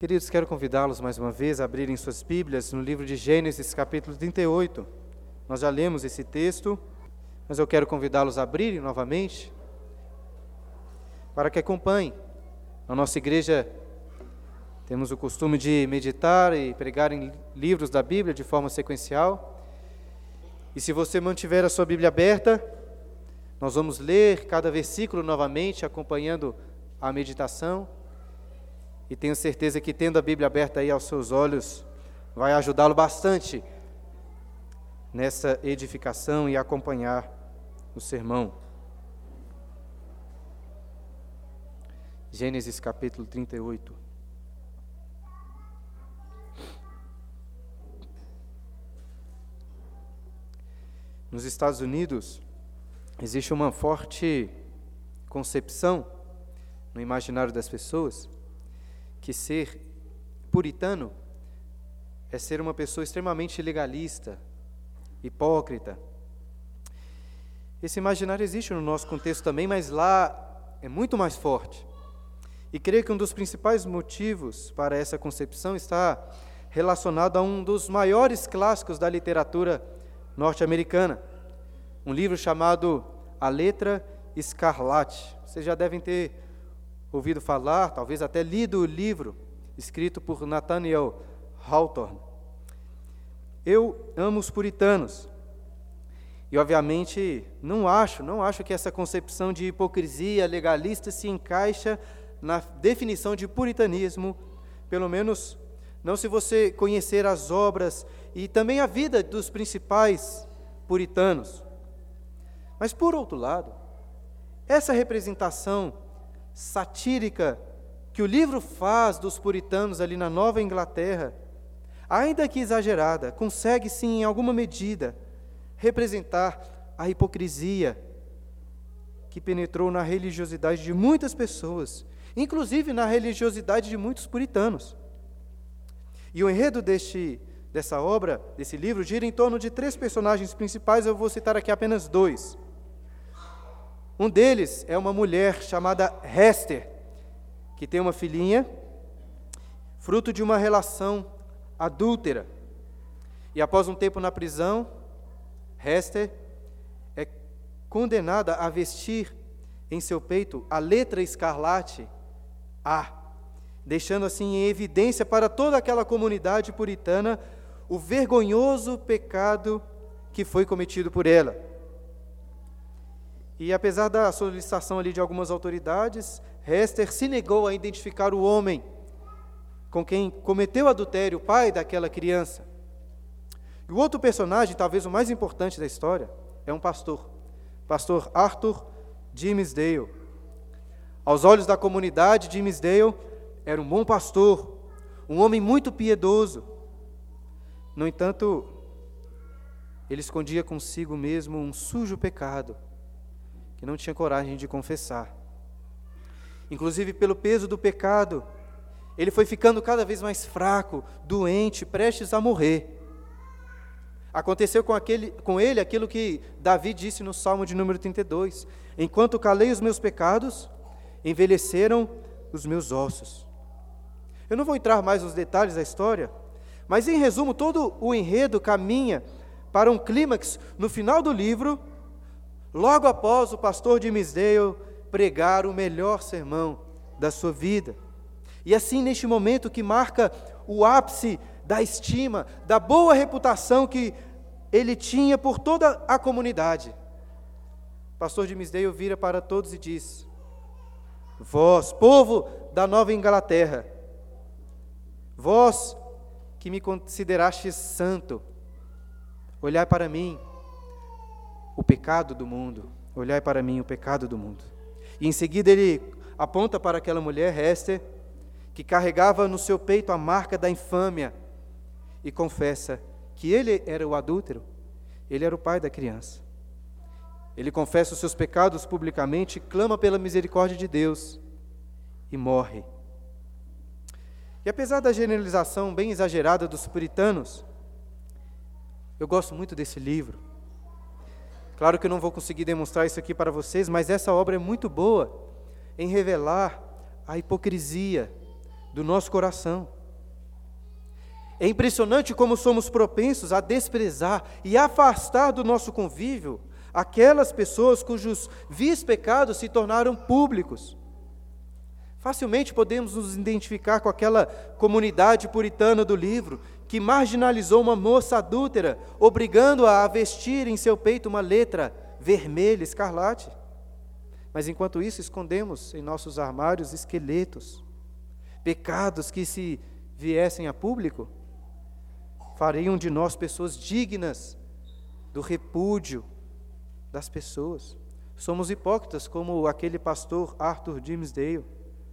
Queridos, quero convidá-los mais uma vez a abrirem suas Bíblias no livro de Gênesis, capítulo 38. Nós já lemos esse texto, mas eu quero convidá-los a abrirem novamente para que acompanhem. Na nossa igreja temos o costume de meditar e pregar em livros da Bíblia de forma sequencial. E se você mantiver a sua Bíblia aberta, nós vamos ler cada versículo novamente, acompanhando a meditação. E tenho certeza que, tendo a Bíblia aberta aí aos seus olhos, vai ajudá-lo bastante nessa edificação e acompanhar o sermão. Gênesis capítulo 38. Nos Estados Unidos, existe uma forte concepção no imaginário das pessoas que ser puritano é ser uma pessoa extremamente legalista, hipócrita. Esse imaginário existe no nosso contexto também, mas lá é muito mais forte. E creio que um dos principais motivos para essa concepção está relacionado a um dos maiores clássicos da literatura norte-americana, um livro chamado A Letra Escarlate. Vocês já devem ter ouvido falar, talvez até lido o livro, escrito por Nathaniel Hawthorne. Eu amo os puritanos. E, obviamente, não acho que essa concepção de hipocrisia legalista se encaixa na definição de puritanismo, pelo menos não se você conhecer as obras e também a vida dos principais puritanos. Mas, por outro lado, essa representação satírica que o livro faz dos puritanos ali na Nova Inglaterra, ainda que exagerada, consegue sim, em alguma medida, representar a hipocrisia que penetrou na religiosidade de muitas pessoas, inclusive na religiosidade de muitos puritanos. E o enredo dessa obra, desse livro, gira em torno de 3 personagens principais. Eu vou citar aqui apenas 2. Um deles é uma mulher chamada Hester, que tem uma filhinha, fruto de uma relação adúltera. E após um tempo na prisão, Hester é condenada a vestir em seu peito a letra escarlate A, deixando assim em evidência para toda aquela comunidade puritana o vergonhoso pecado que foi cometido por ela. E apesar da solicitação ali de algumas autoridades, Hester se negou a identificar o homem com quem cometeu adultério, o pai daquela criança. E o outro personagem, talvez o mais importante da história, é um pastor Arthur Dimmesdale. Aos olhos da comunidade, Dimmesdale era um bom pastor, um homem muito piedoso. No entanto, ele escondia consigo mesmo um sujo pecado que não tinha coragem de confessar. Inclusive, pelo peso do pecado, ele foi ficando cada vez mais fraco, doente, prestes a morrer. Aconteceu com ele aquilo que Davi disse no Salmo de número 32: enquanto calei os meus pecados, envelheceram os meus ossos. Eu não vou entrar mais nos detalhes da história, mas em resumo, todo o enredo caminha para um clímax no final do livro, logo após o pastor Dimmesdale pregar o melhor sermão da sua vida. E assim, neste momento que marca o ápice da estima, da boa reputação que ele tinha por toda a comunidade, o pastor Dimmesdale vira para todos e diz: vós, povo da Nova Inglaterra, vós que me considerastes santo, olhai para mim o pecado do mundo, olhai para mim o pecado do mundo. E em seguida ele aponta para aquela mulher, Hester, que carregava no seu peito a marca da infâmia, e confessa que ele era o adúltero, ele era o pai da criança. Ele confessa os seus pecados publicamente, clama pela misericórdia de Deus e morre. E apesar da generalização bem exagerada dos puritanos, eu gosto muito desse livro. Claro que eu não vou conseguir demonstrar isso aqui para vocês, mas essa obra é muito boa em revelar a hipocrisia do nosso coração. É impressionante como somos propensos a desprezar e afastar do nosso convívio aquelas pessoas cujos vis pecados se tornaram públicos. Facilmente podemos nos identificar com aquela comunidade puritana do livro, que marginalizou uma moça adúltera, obrigando-a a vestir em seu peito uma letra vermelha, escarlate. Mas enquanto isso, escondemos em nossos armários esqueletos, pecados que, se viessem a público, fariam de nós pessoas dignas do repúdio das pessoas. Somos hipócritas, como aquele pastor Arthur Dimmesdale.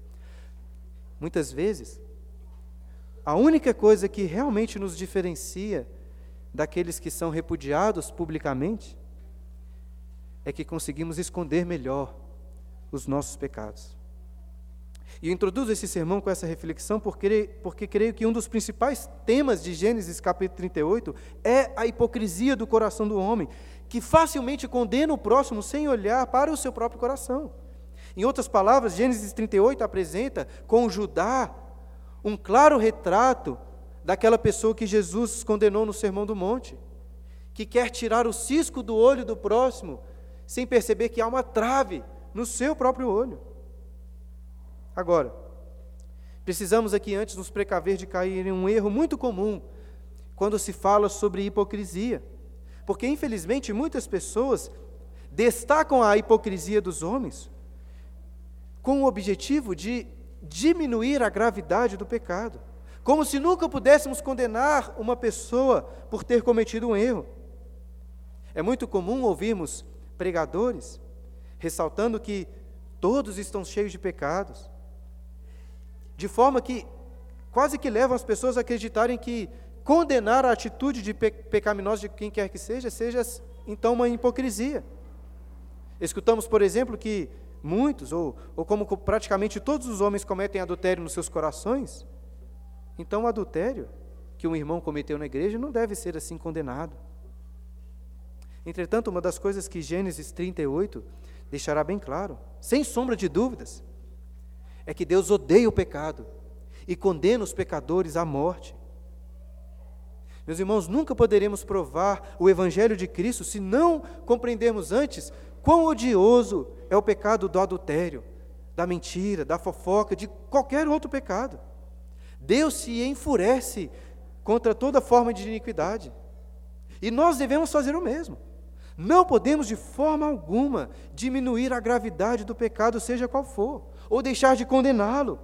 Muitas vezes, a única coisa que realmente nos diferencia daqueles que são repudiados publicamente é que conseguimos esconder melhor os nossos pecados. E eu introduzo esse sermão com essa reflexão porque creio que um dos principais temas de Gênesis capítulo 38 é a hipocrisia do coração do homem, que facilmente condena o próximo sem olhar para o seu próprio coração. Em outras palavras, Gênesis 38 apresenta com Judá um claro retrato daquela pessoa que Jesus condenou no Sermão do Monte, que quer tirar o cisco do olho do próximo, sem perceber que há uma trave no seu próprio olho. Agora, precisamos aqui antes nos precaver de cair em um erro muito comum quando se fala sobre hipocrisia, porque infelizmente muitas pessoas destacam a hipocrisia dos homens com o objetivo de diminuir a gravidade do pecado, como se nunca pudéssemos condenar uma pessoa por ter cometido um erro. É muito comum ouvirmos pregadores ressaltando que todos estão cheios de pecados, de forma que quase que levam as pessoas a acreditarem que condenar a atitude de pecaminosa de quem quer que seja então uma hipocrisia. Escutamos, por exemplo, que muitos, ou como praticamente todos os homens cometem adultério nos seus corações, então o adultério que um irmão cometeu na igreja não deve ser assim condenado. Entretanto, uma das coisas que Gênesis 38 deixará bem claro, sem sombra de dúvidas, é que Deus odeia o pecado e condena os pecadores à morte. Meus irmãos, nunca poderemos provar o Evangelho de Cristo se não compreendermos antes quão odioso é o pecado do adultério, da mentira, da fofoca, de qualquer outro pecado. Deus se enfurece contra toda forma de iniquidade. E nós devemos fazer o mesmo. Não podemos de forma alguma diminuir a gravidade do pecado, seja qual for, ou deixar de condená-lo.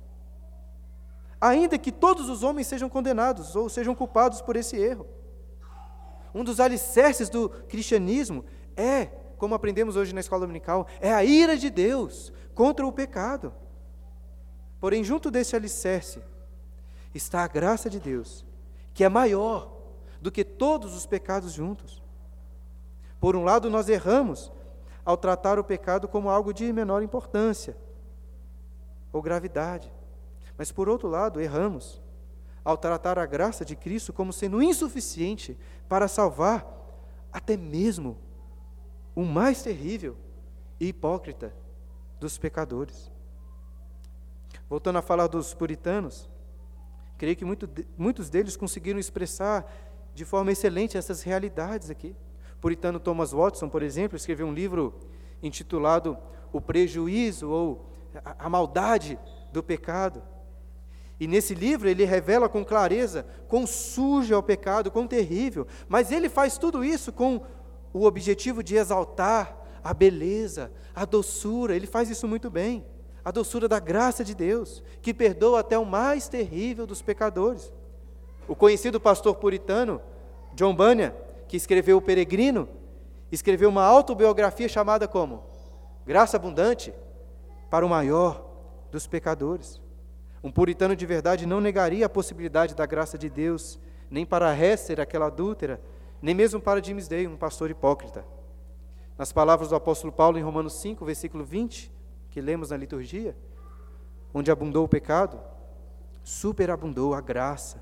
Ainda que todos os homens sejam condenados ou sejam culpados por esse erro. Um dos alicerces do cristianismo é, como aprendemos hoje na escola dominical, é a ira de Deus contra o pecado. Porém, junto desse alicerce está a graça de Deus, que é maior do que todos os pecados juntos. Por um lado, nós erramos ao tratar o pecado como algo de menor importância ou gravidade. Mas, por outro lado, erramos ao tratar a graça de Cristo como sendo insuficiente para salvar até mesmo o mais terrível e hipócrita dos pecadores. Voltando a falar dos puritanos, creio que muitos deles conseguiram expressar de forma excelente essas realidades aqui. O puritano Thomas Watson, por exemplo, escreveu um livro intitulado O Prejuízo ou a Maldade do Pecado. E nesse livro ele revela com clareza quão sujo é o pecado, quão terrível, mas ele faz tudo isso com o objetivo de exaltar a beleza, a doçura. Ele faz isso muito bem, a doçura da graça de Deus, que perdoa até o mais terrível dos pecadores. O conhecido pastor puritano John Bunyan, que escreveu O Peregrino, escreveu uma autobiografia chamada como Graça Abundante para o Maior dos Pecadores. Um puritano de verdade não negaria a possibilidade da graça de Deus, nem para Hester, aquela adúltera, nem mesmo para Dimmesdale, um pastor hipócrita. Nas palavras do apóstolo Paulo em Romanos 5, versículo 20, que lemos na liturgia, onde abundou o pecado, superabundou a graça.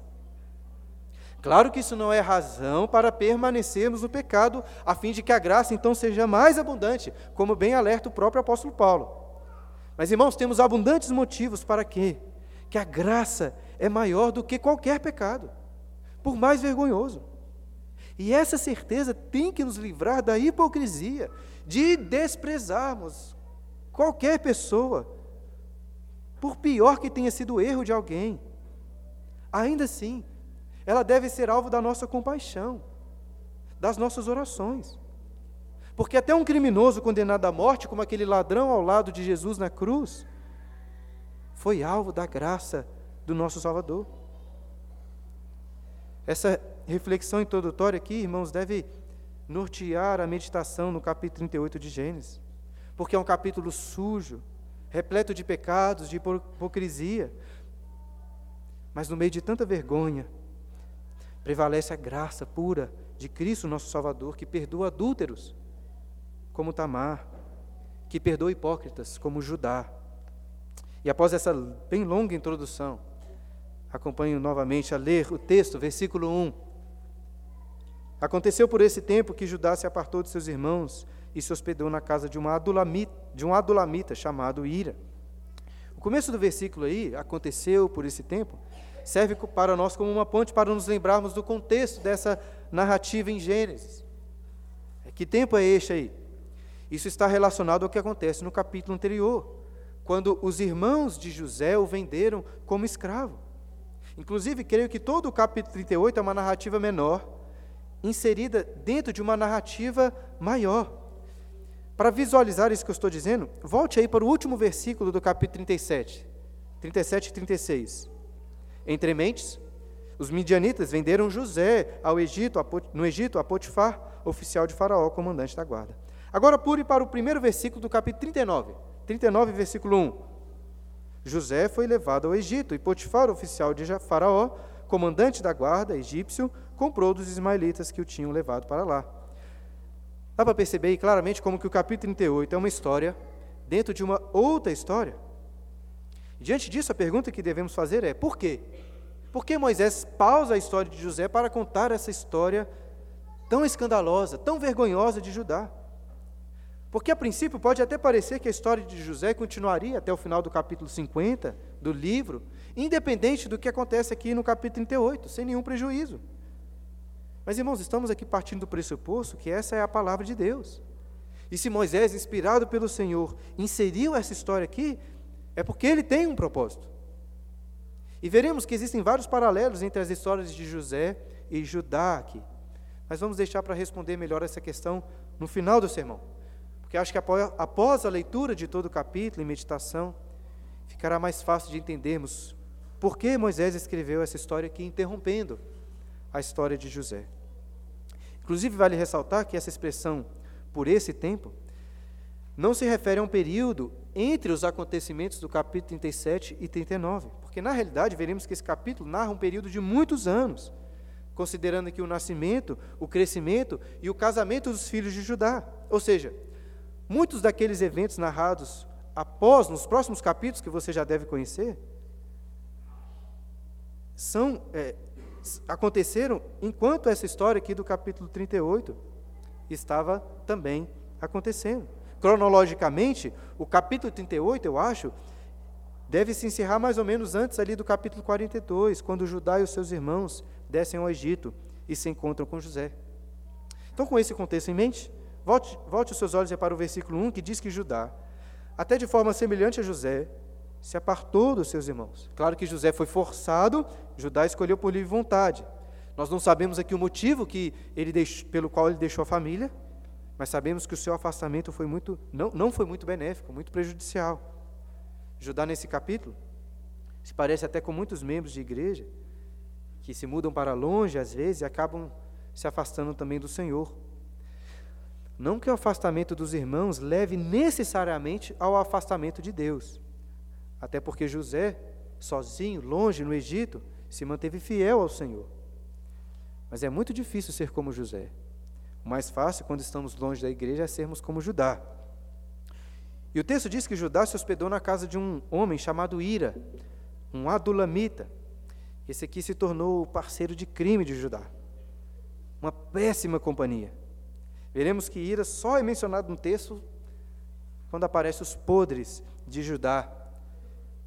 Claro que isso não é razão para permanecermos no pecado, a fim de que a graça então seja mais abundante, como bem alerta o próprio apóstolo Paulo. Mas, irmãos, temos abundantes motivos para quê? que a graça é maior do que qualquer pecado, por mais vergonhoso. E essa certeza tem que nos livrar da hipocrisia, de desprezarmos qualquer pessoa, por pior que tenha sido o erro de alguém. Ainda assim, ela deve ser alvo da nossa compaixão, das nossas orações. Porque até um criminoso condenado à morte, como aquele ladrão ao lado de Jesus na cruz, foi alvo da graça do nosso Salvador. Essa reflexão introdutória aqui, irmãos, deve nortear a meditação no capítulo 38 de Gênesis, porque é um capítulo sujo, repleto de pecados, de hipocrisia, mas no meio de tanta vergonha, prevalece a graça pura de Cristo, nosso Salvador, que perdoa adúlteros, como Tamar, que perdoa hipócritas, como Judá. E após essa bem longa introdução, acompanho novamente a ler o texto, versículo 1. Aconteceu por esse tempo que Judá se apartou de seus irmãos e se hospedou na casa de um adulamita chamado Ira. O começo do versículo aí, aconteceu por esse tempo, serve para nós como uma ponte para nos lembrarmos do contexto dessa narrativa em Gênesis. Que tempo é este aí? Isso está relacionado ao que acontece no capítulo anterior, quando os irmãos de José o venderam como escravo. Inclusive, creio que todo o capítulo 38 é uma narrativa menor, inserida dentro de uma narrativa maior. Para visualizar isso que eu estou dizendo, volte aí para o último versículo do capítulo 37 e 36. Entre mentes, os midianitas venderam José no Egito a Potifar, oficial de Faraó, comandante da guarda. Agora pule para o primeiro versículo do capítulo 39, versículo 1. José foi levado ao Egito, e Potifar, oficial de Faraó, comandante da guarda egípcio, comprou dos ismaelitas que o tinham levado para lá. Dá para perceber claramente como que o capítulo 38 é uma história dentro de uma outra história? Diante disso, a pergunta que devemos fazer é: por quê? Por que Moisés pausa a história de José para contar essa história tão escandalosa, tão vergonhosa de Judá? Porque, a princípio, pode até parecer que a história de José continuaria até o final do capítulo 50 do livro, independente do que acontece aqui no capítulo 38, sem nenhum prejuízo. Mas, irmãos, estamos aqui partindo do pressuposto que essa é a palavra de Deus. E se Moisés, inspirado pelo Senhor, inseriu essa história aqui, é porque ele tem um propósito. E veremos que existem vários paralelos entre as histórias de José e Judá aqui. Mas vamos deixar para responder melhor essa questão no final do sermão. Porque acho que após a leitura de todo o capítulo e meditação, ficará mais fácil de entendermos por que Moisés escreveu essa história aqui, interrompendo a história de José. Inclusive, vale ressaltar que essa expressão, por esse tempo, não se refere a um período entre os acontecimentos do capítulo 37 e 39, porque, na realidade, veremos que esse capítulo narra um período de muitos anos, considerando aqui o nascimento, o crescimento e o casamento dos filhos de Judá. Ou seja, muitos daqueles eventos narrados nos próximos capítulos, que você já deve conhecer, aconteceram enquanto essa história aqui do capítulo 38 estava também acontecendo. Cronologicamente, o capítulo 38, eu acho, deve se encerrar mais ou menos antes ali do capítulo 42, quando Judá e os seus irmãos descem ao Egito e se encontram com José. Então, com esse contexto em mente, volte os seus olhos para o versículo 1, que diz que Judá, até de forma semelhante a José, se apartou dos seus irmãos. Claro que José foi forçado, Judá escolheu por livre vontade. Nós não sabemos aqui o motivo pelo qual ele deixou a família, mas sabemos que o seu afastamento não foi muito benéfico, muito prejudicial. Judá, nesse capítulo, se parece até com muitos membros de igreja, que se mudam para longe, às vezes, e acabam se afastando também do Senhor. Não que o afastamento dos irmãos leve necessariamente ao afastamento de Deus, até porque José, sozinho, longe no Egito, se manteve fiel ao Senhor. Mas é muito difícil ser como José. O mais fácil, quando estamos longe da igreja, é sermos como Judá. E o texto diz que Judá se hospedou na casa de um homem chamado Ira, um adulamita. Esse aqui se tornou o parceiro de crime de Judá. Uma péssima companhia. Veremos que Ira só é mencionado no texto quando aparecem os podres de Judá.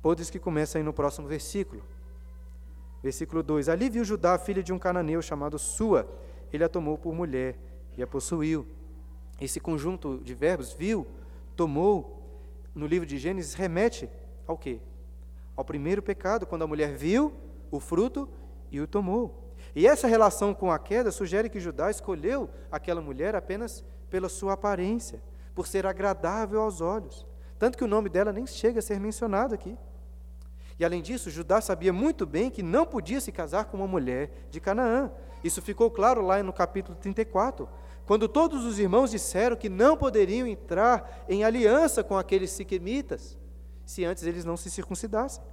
podres que começa aí no próximo versículo. Versículo 2: Ali viu Judá, filha de um cananeu chamado Sua, ele a tomou por mulher e a possuiu. Esse conjunto de verbos, viu, tomou, no livro de Gênesis, remete ao quê? Ao primeiro pecado, quando a mulher viu o fruto e o tomou. E essa relação com a queda sugere que Judá escolheu aquela mulher apenas pela sua aparência, por ser agradável aos olhos. Tanto que o nome dela nem chega a ser mencionado aqui. E além disso, Judá sabia muito bem que não podia se casar com uma mulher de Canaã. Isso ficou claro lá no capítulo 34, quando todos os irmãos disseram que não poderiam entrar em aliança com aqueles siquemitas, se antes eles não se circuncidassem.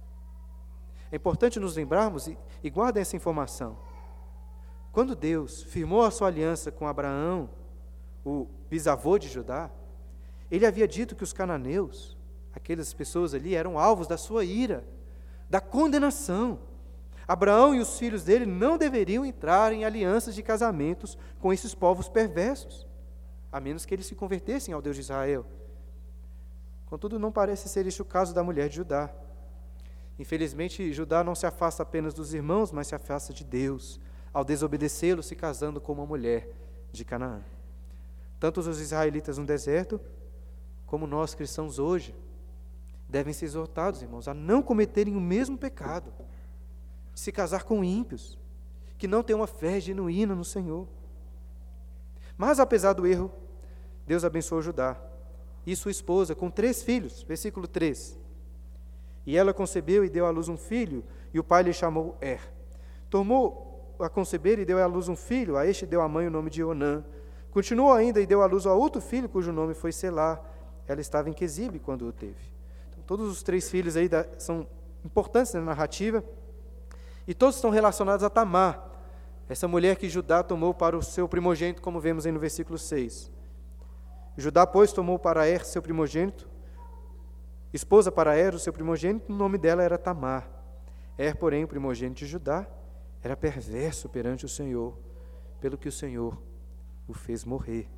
É importante nos lembrarmos, e guardem essa informação, quando Deus firmou a sua aliança com Abraão, o bisavô de Judá, ele havia dito que os cananeus, aquelas pessoas ali, eram alvos da sua ira, da condenação. Abraão e os filhos dele não deveriam entrar em alianças de casamentos com esses povos perversos, a menos que eles se convertessem ao Deus de Israel. Contudo, não parece ser este o caso da mulher de Judá. Infelizmente, Judá não se afasta apenas dos irmãos, mas se afasta de Deus, ao desobedecê-lo, se casando com uma mulher de Canaã. Tanto os israelitas no deserto, como nós cristãos hoje, devem ser exortados, irmãos, a não cometerem o mesmo pecado, de se casar com ímpios, que não têm uma fé genuína no Senhor. Mas, apesar do erro, Deus abençoou Judá e sua esposa com 3 filhos, versículo 3. E ela concebeu e deu à luz um filho, e o pai lhe chamou Tornou a conceber e deu à luz um filho, a este deu a mãe o nome de Onã. Continuou ainda e deu à luz a outro filho, cujo nome foi Selá. Ela estava em Quezibe quando o teve. Então, todos os 3 filhos aí são importantes na narrativa, e todos estão relacionados a Tamar, essa mulher que Judá tomou para o seu primogênito, como vemos aí no versículo 6. Judá, pois, tomou para seu primogênito, esposa para o seu primogênito, o nome dela era Tamar. Porém, o primogênito de Judá, era perverso perante o Senhor, pelo que o Senhor o fez morrer.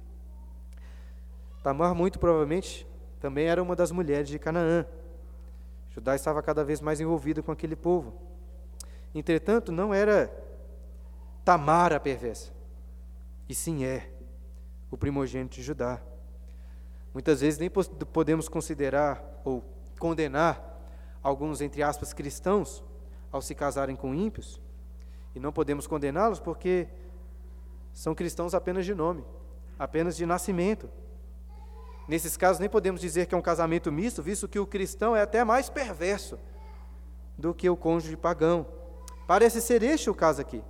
Tamar, muito provavelmente, também era uma das mulheres de Canaã. Judá estava cada vez mais envolvido com aquele povo. Entretanto, não era Tamar a perversa, e sim o primogênito de Judá. Muitas vezes nem podemos considerar ou condenar alguns, entre aspas, cristãos ao se casarem com ímpios, e não podemos condená-los porque são cristãos apenas de nome, apenas de nascimento. Nesses casos nem podemos dizer que é um casamento misto, visto que o cristão é até mais perverso do que o cônjuge pagão. Parece ser este o caso aqui.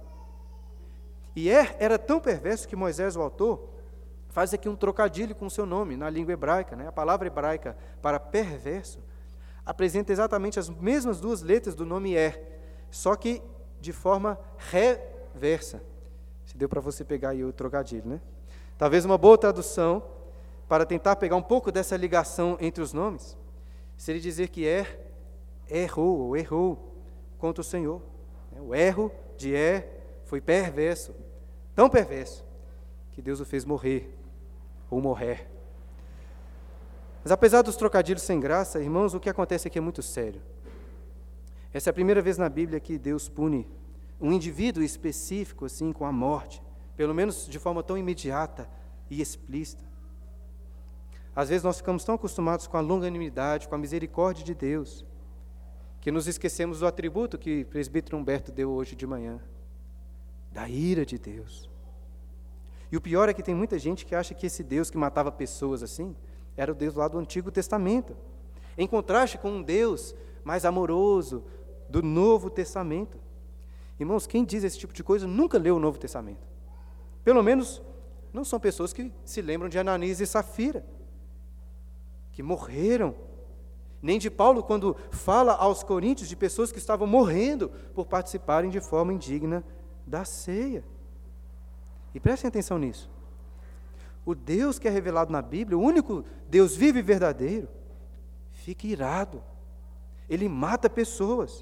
E era tão perverso que Moisés, o autor, faz aqui um trocadilho com o seu nome, na língua hebraica, né? A palavra hebraica para perverso apresenta exatamente as mesmas 2 letras do nome só que de forma reversa. Se deu para você pegar aí o trocadilho, né? Talvez uma boa tradução, para tentar pegar um pouco dessa ligação entre os nomes, seria dizer que errou contra o Senhor. O erro de foi perverso, tão perverso, que Deus o fez morrer, ou morrer. Mas apesar dos trocadilhos sem graça, irmãos, o que acontece aqui é muito sério. Essa é a primeira vez na Bíblia que Deus pune um indivíduo específico, assim, com a morte, pelo menos de forma tão imediata e explícita. Às vezes nós ficamos tão acostumados com a longanimidade, com a misericórdia de Deus, que nos esquecemos do atributo que o presbítero Humberto deu hoje de manhã, da ira de Deus. E o pior é que tem muita gente que acha que esse Deus que matava pessoas assim, era o Deus lá do Antigo Testamento, em contraste com um Deus mais amoroso do Novo Testamento. Irmãos, quem diz esse tipo de coisa nunca leu o Novo Testamento. Pelo menos, não são pessoas que se lembram de Ananias e Safira, que morreram. Nem de Paulo, quando fala aos coríntios de pessoas que estavam morrendo por participarem de forma indigna da ceia. E prestem atenção nisso. O Deus que é revelado na Bíblia, o único Deus vivo e verdadeiro, fica irado. Ele mata pessoas.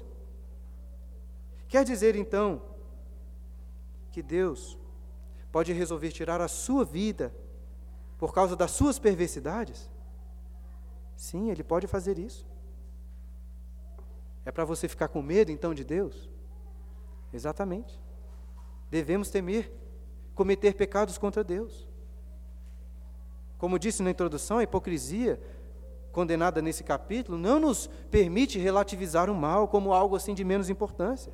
Quer dizer, então, que Deus pode resolver tirar a sua vida por causa das suas perversidades? Sim, Ele pode fazer isso. É para você ficar com medo, então, de Deus? Exatamente. Devemos temer, cometer pecados contra Deus. Como disse na introdução, a hipocrisia condenada nesse capítulo não nos permite relativizar o mal como algo assim de menos importância.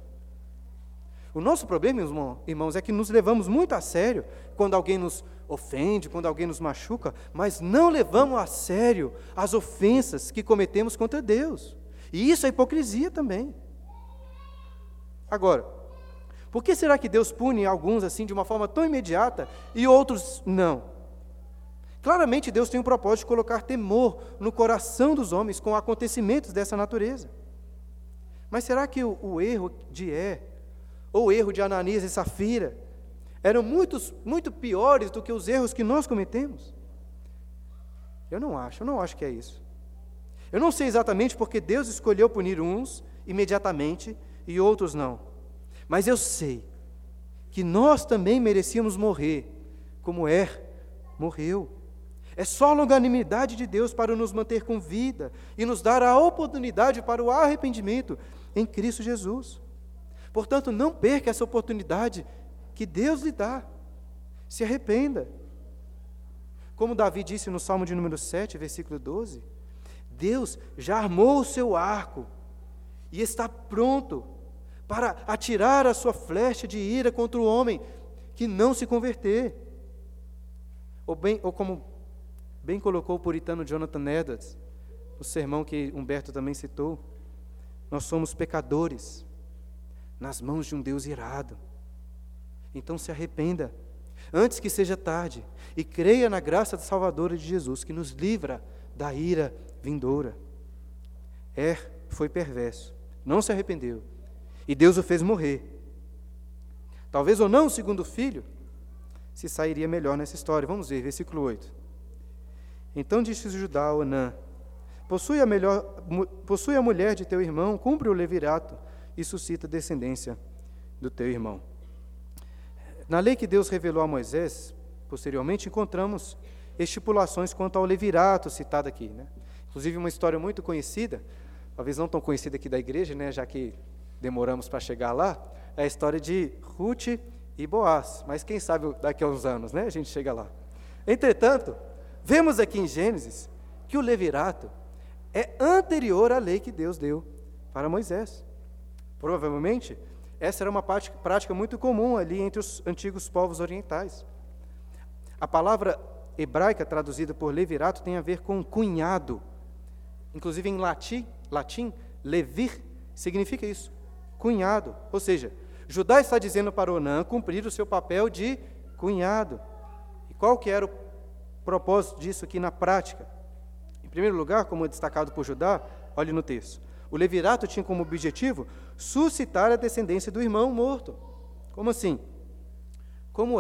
O nosso problema, irmãos, é que nos levamos muito a sério quando alguém nos ofende, quando alguém nos machuca, mas não levamos a sério as ofensas que cometemos contra Deus. E isso é hipocrisia também. Agora, por que será que Deus pune alguns assim de uma forma tão imediata e outros não? Claramente Deus tem o propósito de colocar temor no coração dos homens com acontecimentos dessa natureza. Mas será que o erro de ou o erro de Ananias e Safira eram muito piores do que os erros que nós cometemos? Eu não acho que é isso. Eu não sei exatamente porque Deus escolheu punir uns imediatamente e outros não. Mas eu sei que nós também merecíamos morrer, como morreu. É só a longanimidade de Deus para nos manter com vida e nos dar a oportunidade para o arrependimento em Cristo Jesus. Portanto, não perca essa oportunidade que Deus lhe dá. Se arrependa. Como Davi disse no Salmo de número 7, versículo 12, Deus já armou o seu arco e está pronto para atirar a sua flecha de ira contra o homem que não se converter. Ou como bem colocou o puritano Jonathan Edwards, no sermão que Humberto também citou, nós somos pecadores nas mãos de um Deus irado. Então se arrependa, antes que seja tarde, e creia na graça salvadora de Jesus, que nos livra da ira vindoura. Foi perverso, não se arrependeu, e Deus o fez morrer. Talvez ou não o segundo filho se sairia melhor nessa história. Vamos ver, versículo 8. Então disse Judá a Onã: possui a mulher de teu irmão, cumpre o levirato e suscita descendência do teu irmão. Na lei que Deus revelou a Moisés, posteriormente, encontramos estipulações quanto ao levirato citado aqui, né? Inclusive uma história muito conhecida, talvez não tão conhecida aqui da igreja, né, já que demoramos para chegar lá, é a história de Ruth e Boaz, mas quem sabe daqui a uns anos, né, a gente chega lá. Entretanto, vemos aqui em Gênesis que o levirato é anterior à lei que Deus deu para Moisés. Provavelmente, essa era uma prática muito comum ali entre os antigos povos orientais. A palavra hebraica traduzida por levirato tem a ver com cunhado. Inclusive em latim, levir significa isso, cunhado. Ou seja, Judá está dizendo para Onã cumprir o seu papel de cunhado. E qual que era o propósito disso aqui na prática? Em primeiro lugar, como é destacado por Judá, olhe no texto, o levirato tinha como objetivo suscitar a descendência do irmão morto. Como assim? Como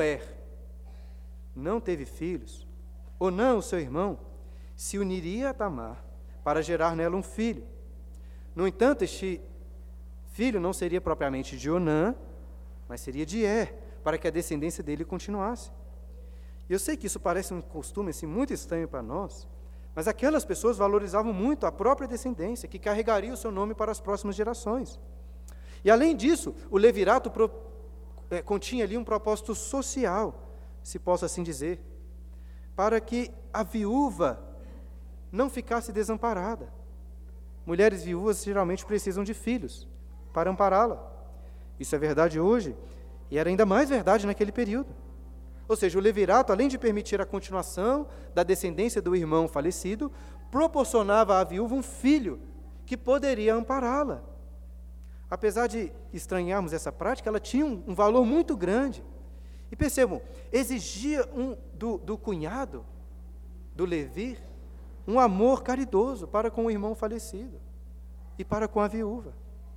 não teve filhos, Onã, o seu irmão, se uniria a Tamar para gerar nela um filho. No entanto, este filho não seria propriamente de Onã, mas seria de para que a descendência dele continuasse. E eu sei que isso parece um costume assim, muito estranho para nós, mas aquelas pessoas valorizavam muito a própria descendência, que carregaria o seu nome para as próximas gerações. E além disso, o levirato continha ali um propósito social, se posso assim dizer, para que a viúva não ficasse desamparada. Mulheres viúvas geralmente precisam de filhos para ampará-la. Isso é verdade hoje, e era ainda mais verdade naquele período. Ou seja, o levirato, além de permitir a continuação da descendência do irmão falecido, proporcionava à viúva um filho que poderia ampará-la. Apesar de estranharmos essa prática, ela tinha um valor muito grande. E percebam, exigia do cunhado, do levir, um amor caridoso para com o irmão falecido e para com a viúva.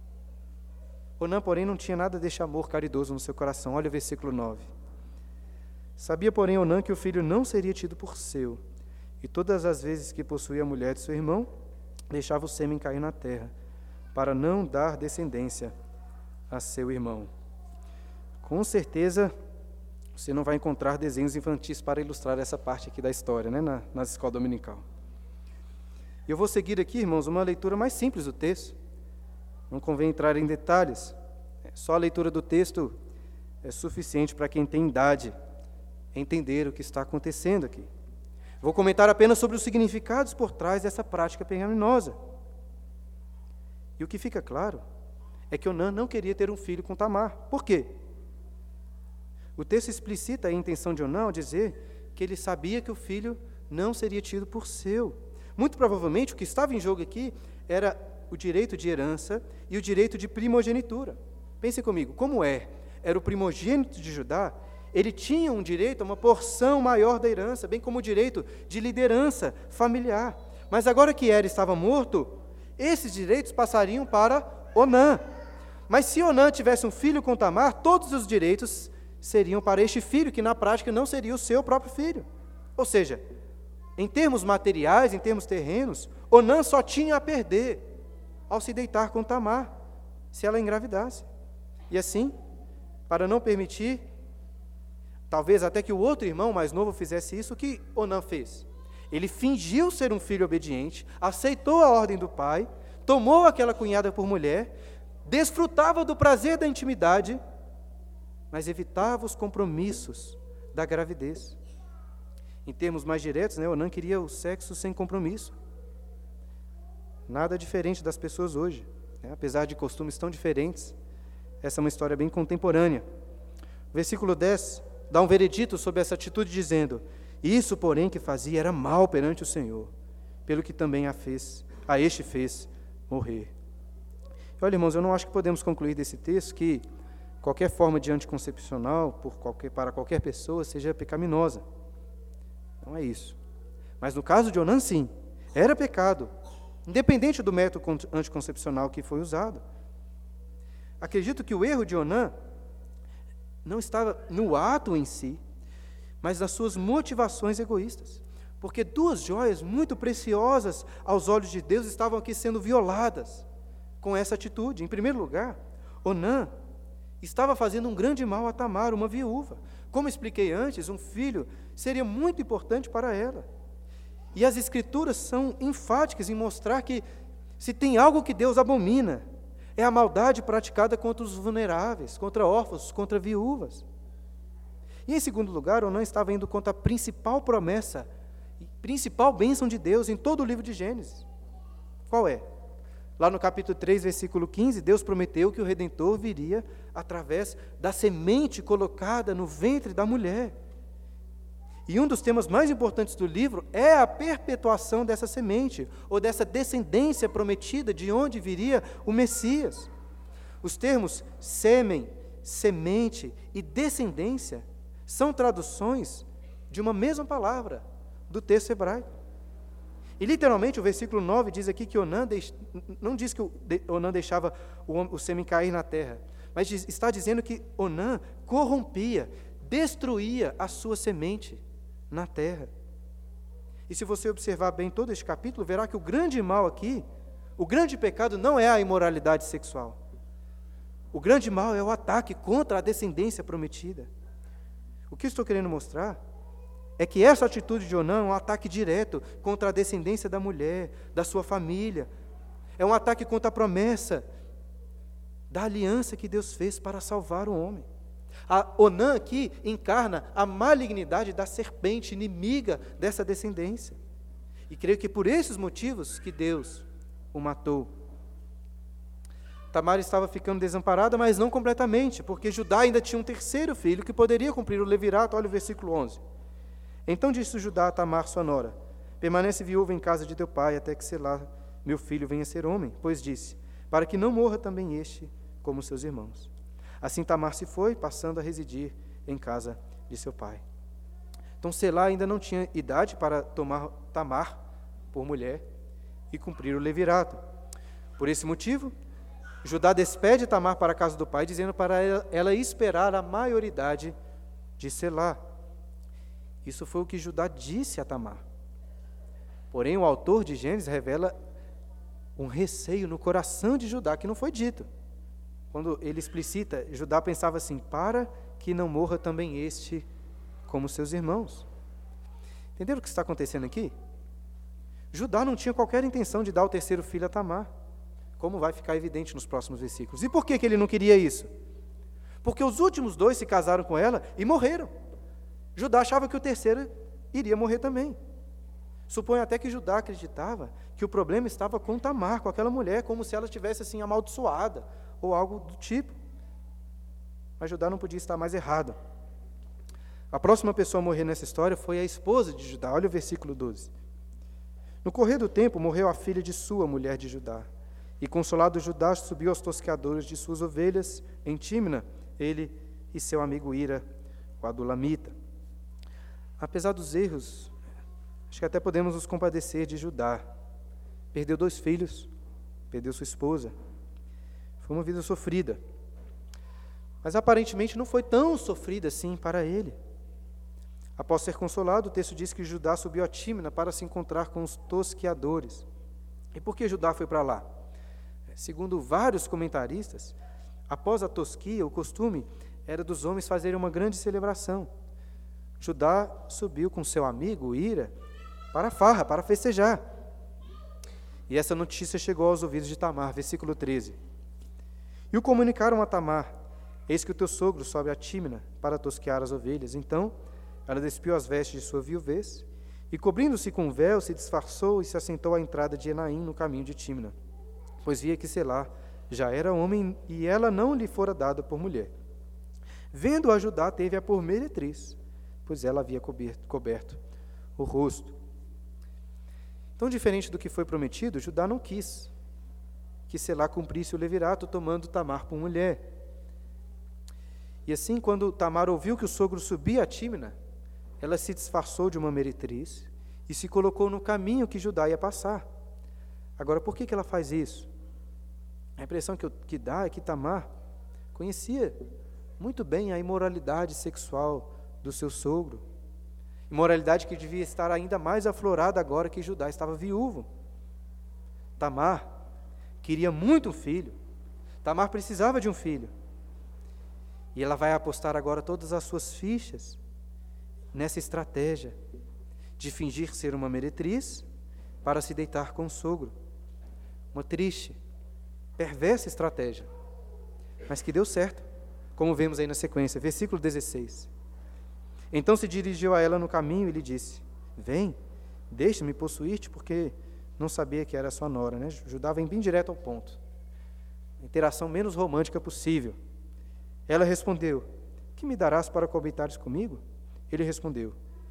Onã, porém, não tinha nada deste amor caridoso no seu coração. Olha o versículo 9. Sabia, porém, Onã que o filho não seria tido por seu, e todas as vezes que possuía a mulher de seu irmão, deixava o sêmen cair na terra, para não dar descendência a seu irmão. Com certeza, você não vai encontrar desenhos infantis para ilustrar essa parte aqui da história, né, nas escolas dominical. Eu vou seguir aqui, irmãos, uma leitura mais simples do texto, Não convém entrar em detalhes. Só a leitura do texto é suficiente para quem tem idade entender o que está acontecendo aqui. Vou comentar apenas sobre os significados por trás dessa prática pecaminosa. E o que fica claro é que Onã não queria ter um filho com Tamar. Por quê? O texto explicita a intenção de Onã ao dizer que ele sabia que o filho não seria tido por seu. Muito provavelmente o que estava em jogo aqui era o direito de herança e o direito de primogenitura. Pensem comigo, como era o primogênito de Judá, ele tinha um direito a uma porção maior da herança, bem como o direito de liderança familiar. Mas agora que estava morto, esses direitos passariam para Onã. Mas se Onã tivesse um filho com Tamar, todos os direitos seriam para este filho, que na prática não seria o seu próprio filho. Ou seja, em termos materiais, em termos terrenos, Onã só tinha a perder ao se deitar com Tamar, se ela engravidasse. E assim, para não permitir, talvez até que o outro irmão mais novo fizesse isso, o que Onã fez? Ele fingiu ser um filho obediente, aceitou a ordem do pai, tomou aquela cunhada por mulher, desfrutava do prazer da intimidade, mas evitava os compromissos da gravidez. Em termos mais diretos, Onã queria o sexo sem compromisso. Nada diferente das pessoas hoje. Apesar de costumes tão diferentes, essa é uma história bem contemporânea. O versículo 10 dá um veredito sobre essa atitude, dizendo: isso, porém, que fazia era mal perante o Senhor, pelo que também a este fez morrer. Olha, irmãos, eu não acho que podemos concluir desse texto que qualquer forma de anticoncepcional para qualquer pessoa seja pecaminosa. Não é isso. Mas no caso de Onã, sim, era pecado, independente do método anticoncepcional que foi usado. Acredito que o erro de Onã não estava no ato em si, mas nas suas motivações egoístas. Porque duas joias muito preciosas aos olhos de Deus estavam aqui sendo violadas com essa atitude. Em primeiro lugar, Onã estava fazendo um grande mal a Tamar, uma viúva. Como expliquei antes, um filho seria muito importante para ela. E as Escrituras são enfáticas em mostrar que, se tem algo que Deus abomina, é a maldade praticada contra os vulneráveis, contra órfãos, contra viúvas. E em segundo lugar, Onã estava indo contra a principal promessa, principal bênção de Deus em todo o livro de Gênesis. Qual é? Lá no capítulo 3, versículo 15, Deus prometeu que o Redentor viria através da semente colocada no ventre da mulher. E um dos temas mais importantes do livro é a perpetuação dessa semente, ou dessa descendência prometida, de onde viria o Messias. Os termos sêmen, semente e descendência são traduções de uma mesma palavra do texto hebraico. E literalmente o versículo 9 diz aqui que Onã não diz que Onã deixava o sêmen cair na terra, mas está dizendo que Onã corrompia, destruía a sua semente na terra. E se você observar bem todo este capítulo, verá que o grande mal aqui, o grande pecado não é a imoralidade sexual. O grande mal é o ataque contra a descendência prometida. O que estou querendo mostrar é que essa atitude de Onã é um ataque direto contra a descendência da mulher, da sua família. É um ataque contra a promessa da aliança que Deus fez para salvar o homem. A Onã aqui encarna a malignidade da serpente inimiga dessa descendência. E creio que por esses motivos que Deus o matou. Tamar estava ficando desamparada, mas não completamente, porque Judá ainda tinha um terceiro filho que poderia cumprir o levirato. Olha o versículo 11. Então disse Judá a Tamar, sua nora: permanece viúva em casa de teu pai, até que Selá, meu filho, venha ser homem. Pois disse: para que não morra também este como seus irmãos. Assim Tamar se foi, passando a residir em casa de seu pai. Então Selá ainda não tinha idade para tomar Tamar por mulher e cumprir o levirato. Por esse motivo, Judá despede Tamar para a casa do pai, dizendo para ela esperar a maioridade de Selá. Isso foi o que Judá disse a Tamar. Porém, o autor de Gênesis revela um receio no coração de Judá que não foi dito. Quando ele explicita, Judá pensava assim: para que não morra também este como seus irmãos. Entenderam o que está acontecendo aqui? Judá não tinha qualquer intenção de dar o terceiro filho a Tamar. como vai ficar evidente nos próximos versículos. E por que ele não queria isso? Porque os últimos 2 se casaram com ela e morreram. Judá achava que o terceiro iria morrer também. Suponho até que Judá acreditava que o problema estava com Tamar, com aquela mulher, como se ela estivesse assim amaldiçoada, ou algo do tipo. Mas Judá não podia estar mais errado. A próxima pessoa a morrer nessa história foi a esposa de Judá. Olha o versículo 12. No correr do tempo, morreu a filha de sua mulher de Judá. E consolado Judá subiu aos tosqueadores de suas ovelhas em Tímna, ele e seu amigo Ira, o adulamita. Apesar dos erros, acho que até podemos nos compadecer de Judá. Perdeu 2 filhos, perdeu sua esposa. Foi uma vida sofrida. Mas aparentemente não foi tão sofrida assim para ele. Após ser consolado, o texto diz que Judá subiu a Tímna para se encontrar com os tosqueadores. E por que Judá foi para lá? Segundo vários comentaristas, após a tosquia, o costume era dos homens fazerem uma grande celebração. Judá subiu com seu amigo Ira para a farra, para festejar. E essa notícia chegou aos ouvidos de Tamar, versículo 13. E o comunicaram a Tamar: eis que o teu sogro sobe a Tímna para tosquear as ovelhas. Então ela despiu as vestes de sua viuvez e, cobrindo-se com um véu, se disfarçou e se assentou à entrada de Enaim, no caminho de Tímna, pois via que Selá já era homem e ela não lhe fora dada por mulher. Vendo-a Judá, teve-a por meretriz, pois ela havia coberto o rosto. Tão diferente do que foi prometido, Judá não quis que Selá cumprisse o levirato, tomando Tamar por mulher. E assim, quando Tamar ouviu que o sogro subia a Tímna, ela se disfarçou de uma meretriz e se colocou no caminho que Judá ia passar. Agora, por que ela faz isso? A impressão que dá é que Tamar conhecia muito bem a imoralidade sexual do seu sogro. Imoralidade que devia estar ainda mais aflorada agora que Judá estava viúvo. Tamar queria muito um filho. Tamar precisava de um filho. E ela vai apostar agora todas as suas fichas nessa estratégia de fingir ser uma meretriz para se deitar com o sogro. Uma triste, perversa estratégia, mas que deu certo, como vemos aí na sequência, versículo 16. Então se dirigiu a ela no caminho e lhe disse: vem, deixa-me possuir-te, porque não sabia que era sua nora, né? Judá vem bem direto ao ponto. A interação menos romântica possível. Ela respondeu: que me darás para coabitares comigo? Ele respondeu: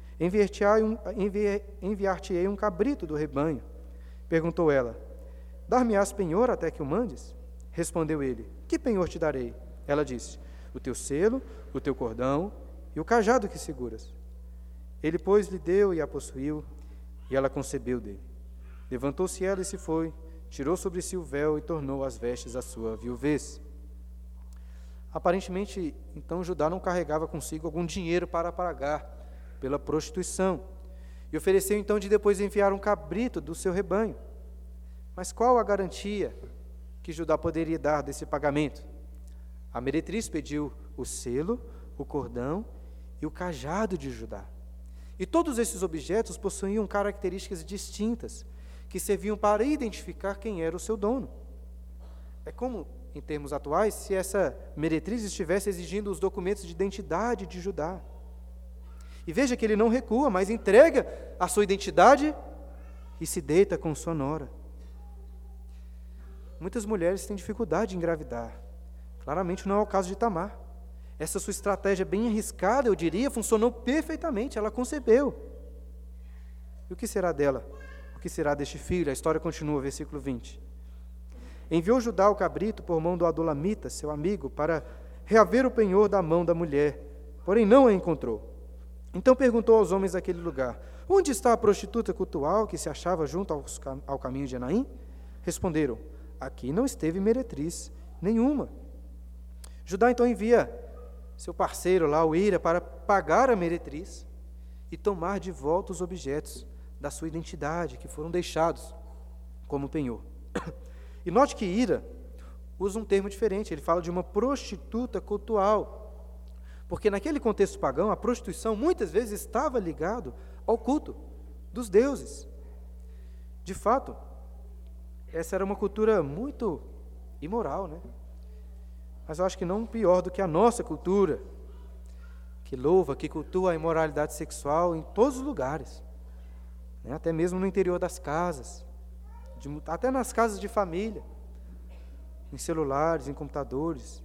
enviar-te-ei um cabrito do rebanho. Perguntou ela: dar-me-ás penhor até que o mandes? Respondeu ele: que penhor te darei? Ela disse: o teu selo, o teu cordão e o cajado que seguras. Ele, pois, lhe deu e a possuiu, e ela concebeu dele. Levantou-se ela e se foi, tirou sobre si o véu e tornou as vestes à sua viuvez. Aparentemente, então, Judá não carregava consigo algum dinheiro para pagar pela prostituição, e ofereceu então de depois enviar um cabrito do seu rebanho. Mas qual a garantia que Judá poderia dar desse pagamento? A meretriz pediu o selo, o cordão e o cajado de Judá. E todos esses objetos possuíam características distintas, que serviam para identificar quem era o seu dono. É como, em termos atuais, se essa meretriz estivesse exigindo os documentos de identidade de Judá. E veja que ele não recua, mas entrega a sua identidade e se deita com sua nora. Muitas mulheres têm dificuldade em engravidar. Claramente não é o caso de Tamar. Essa sua estratégia bem arriscada, eu diria, funcionou perfeitamente. Ela concebeu. E o que será dela? O que será deste filho? A história continua, versículo 20. Enviou Judá o cabrito por mão do adulamita, seu amigo, para reaver o penhor da mão da mulher, porém não a encontrou. Então perguntou aos homens daquele lugar: onde está a prostituta cultual que se achava junto ao caminho de Enaim? Responderam: aqui não esteve meretriz nenhuma. Judá então envia seu parceiro lá, o Ira, para pagar a meretriz e tomar de volta os objetos da sua identidade que foram deixados como penhor. E note que Ira usa um termo diferente, ele fala de uma prostituta cultual, porque naquele contexto pagão, a prostituição muitas vezes estava ligado ao culto dos deuses. De fato, essa era uma cultura muito imoral, né? Mas eu acho que não pior do que a nossa cultura, que louva, que cultua a imoralidade sexual em todos os lugares, né? Até mesmo no interior das casas, até nas casas de família, em celulares, em computadores.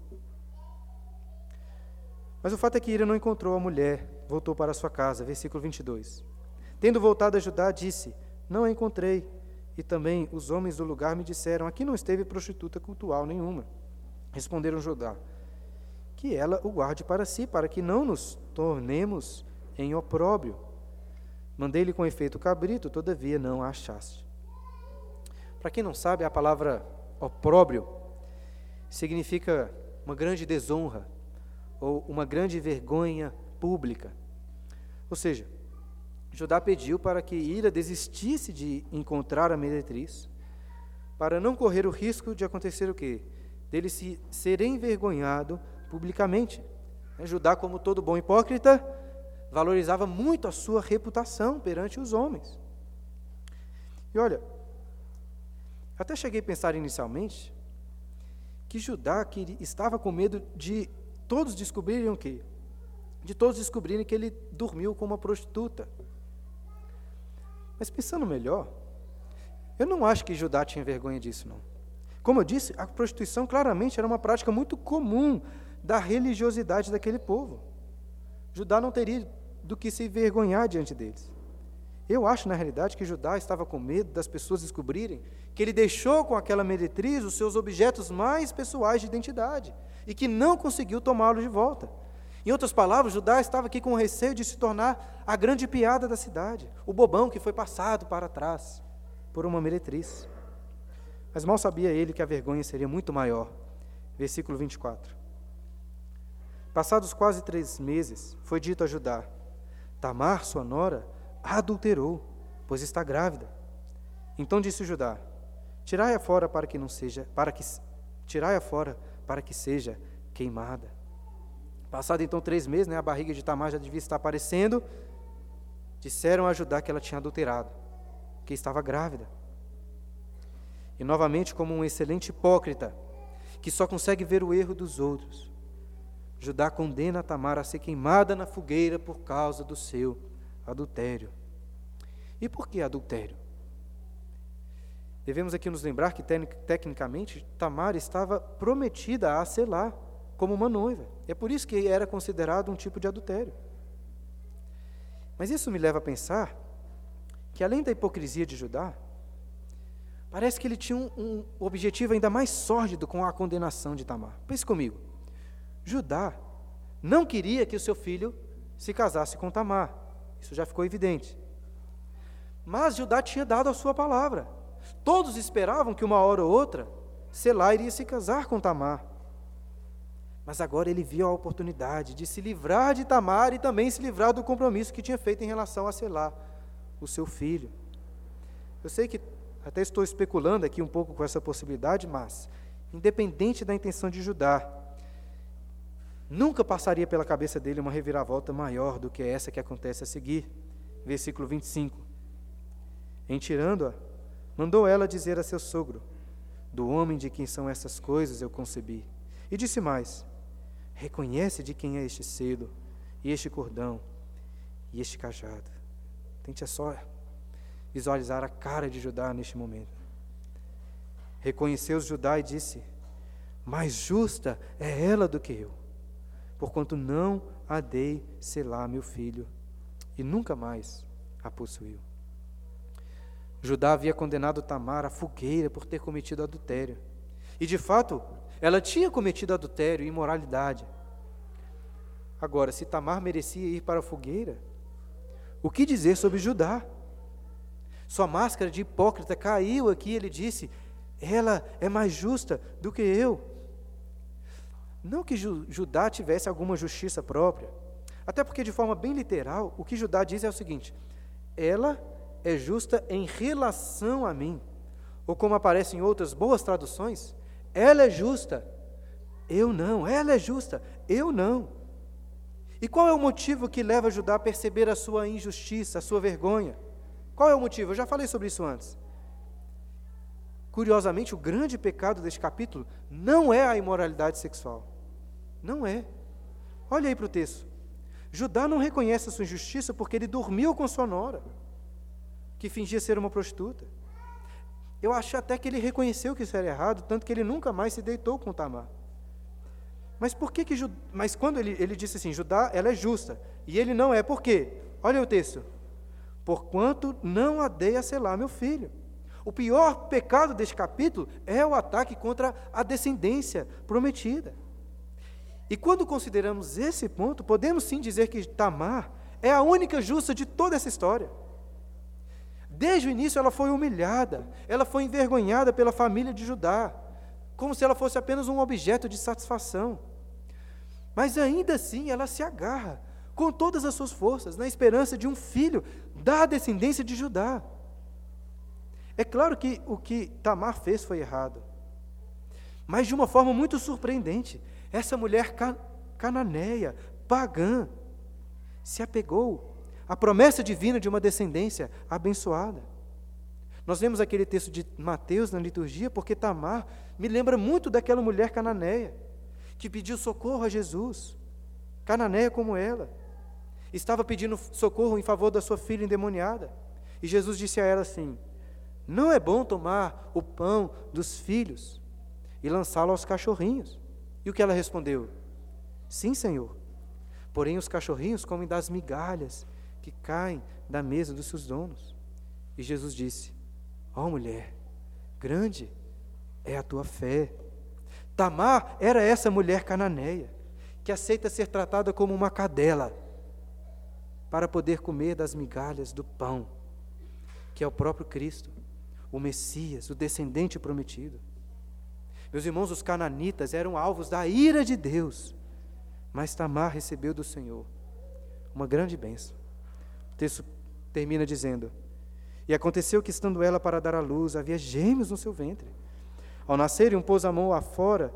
Mas o fato é que Hira não encontrou a mulher, voltou para sua casa, versículo 22. Tendo voltado a Judá, disse: não a encontrei. E também os homens do lugar me disseram: aqui não esteve prostituta cultual nenhuma. Responderam Judá: que ela o guarde para si, para que não nos tornemos em opróbrio. Mandei-lhe com efeito o cabrito, todavia não a achaste. Para quem não sabe, a palavra opróbrio significa uma grande desonra ou uma grande vergonha pública. Ou seja, Judá pediu para que Hira desistisse de encontrar a meretriz, para não correr o risco de acontecer o quê? Dele ser envergonhado publicamente. Judá, como todo bom hipócrita, valorizava muito a sua reputação perante os homens. E olha, até cheguei a pensar inicialmente que Judá estava com medo de todos descobrirem o quê? De todos descobrirem que ele dormiu com uma prostituta. Mas pensando melhor, eu não acho que Judá tinha vergonha disso, não. Como eu disse, a prostituição claramente era uma prática muito comum da religiosidade daquele povo. Judá não teria do que se envergonhar diante deles. Eu acho, na realidade, que Judá estava com medo das pessoas descobrirem que ele deixou com aquela meretriz os seus objetos mais pessoais de identidade e que não conseguiu tomá-los de volta. Em outras palavras, Judá estava aqui com receio de se tornar a grande piada da cidade, o bobão que foi passado para trás por uma meretriz. Mas mal sabia ele que a vergonha seria muito maior. Versículo 24. Passados quase 3 meses, foi dito a Judá: Tamar, sua nora, adulterou, pois está grávida. Então disse Judá: tirai-a fora para que seja queimada. Passado então 3 meses, a barriga de Tamar já devia estar aparecendo. Disseram a Judá que ela tinha adulterado, que estava grávida. E novamente, como um excelente hipócrita, que só consegue ver o erro dos outros, Judá condena Tamar a ser queimada na fogueira por causa do seu adultério. E por que adultério? Devemos aqui nos lembrar que, tecnicamente, Tamar estava prometida a Selá como uma noiva. É por isso que era considerado um tipo de adultério. Mas isso me leva a pensar que, além da hipocrisia de Judá, parece que ele tinha um objetivo ainda mais sórdido com a condenação de Tamar. Pense comigo. Judá não queria que o seu filho se casasse com Tamar. Isso já ficou evidente. Mas Judá tinha dado a sua palavra. Todos esperavam que uma hora ou outra Selá iria se casar com Tamar. Mas agora ele viu a oportunidade de se livrar de Tamar e também se livrar do compromisso que tinha feito em relação a Selá, o seu filho. Eu sei que até estou especulando aqui um pouco com essa possibilidade, mas, independente da intenção de Judá, nunca passaria pela cabeça dele uma reviravolta maior do que essa que acontece a seguir. Versículo 25. Em tirando-a, mandou ela dizer a seu sogro: do homem de quem são essas coisas eu concebi. E disse mais: reconhece de quem é este selo, e este cordão, e este cajado. Tente só visualizar a cara de Judá neste momento. Reconheceu Judá e disse: mais justa é ela do que eu, porquanto não a dei Selá, meu filho, e nunca mais a possuiu. Judá havia condenado Tamar à fogueira por ter cometido adultério. E, de fato, ela tinha cometido adultério e imoralidade. Agora, se Tamar merecia ir para a fogueira, o que dizer sobre Judá? Sua máscara de hipócrita caiu aqui, ele disse: ela é mais justa do que eu. Não que Judá tivesse alguma justiça própria, até porque, de forma bem literal, o que Judá diz é o seguinte: ela é justa em relação a mim. Ou como aparece em outras boas traduções, ela é justa, eu não. Ela é justa, eu não. E qual é o motivo que leva Judá a perceber a sua injustiça, a sua vergonha? Qual é o motivo? Eu já falei sobre isso antes. Curiosamente, o grande pecado deste capítulo não é a imoralidade sexual. Não é. Olha aí para o texto. Judá não reconhece a sua injustiça porque ele dormiu com sua nora, que fingia ser uma prostituta. Eu acho até que ele reconheceu que isso era errado, tanto que ele nunca mais se deitou com Tamar. Mas por que mas quando ele disse assim, Judá, ela é justa, e ele não é, por quê? Olha o texto. Porquanto não a dei a Selá, meu filho. O pior pecado deste capítulo é o ataque contra a descendência prometida. E quando consideramos esse ponto, podemos sim dizer que Tamar é a única justa de toda essa história. Desde o início ela foi humilhada, ela foi envergonhada pela família de Judá, como se ela fosse apenas um objeto de satisfação. Mas ainda assim ela se agarra com todas as suas forças, na esperança de um filho da descendência de Judá. É claro que o que Tamar fez foi errado, mas de uma forma muito surpreendente, essa mulher cananeia, pagã, se apegou à promessa divina de uma descendência abençoada. Nós lemos aquele texto de Mateus na liturgia, porque Tamar me lembra muito daquela mulher cananeia, que pediu socorro a Jesus, cananeia como ela, estava pedindo socorro em favor da sua filha endemoniada, e Jesus disse a ela assim, não é bom tomar o pão dos filhos e lançá-lo aos cachorrinhos. E o que ela respondeu? Sim, Senhor, porém os cachorrinhos comem das migalhas que caem da mesa dos seus donos. E Jesus disse, ó mulher, grande é a tua fé. Tamar era essa mulher cananeia, que aceita ser tratada como uma cadela, para poder comer das migalhas do pão, que é o próprio Cristo, o Messias, o descendente prometido. Meus irmãos, os cananitas eram alvos da ira de Deus, mas Tamar recebeu do Senhor uma grande bênção. O texto termina dizendo, e aconteceu que, estando ela para dar à luz, havia gêmeos no seu ventre. Ao nascerem, pôs a mão afora,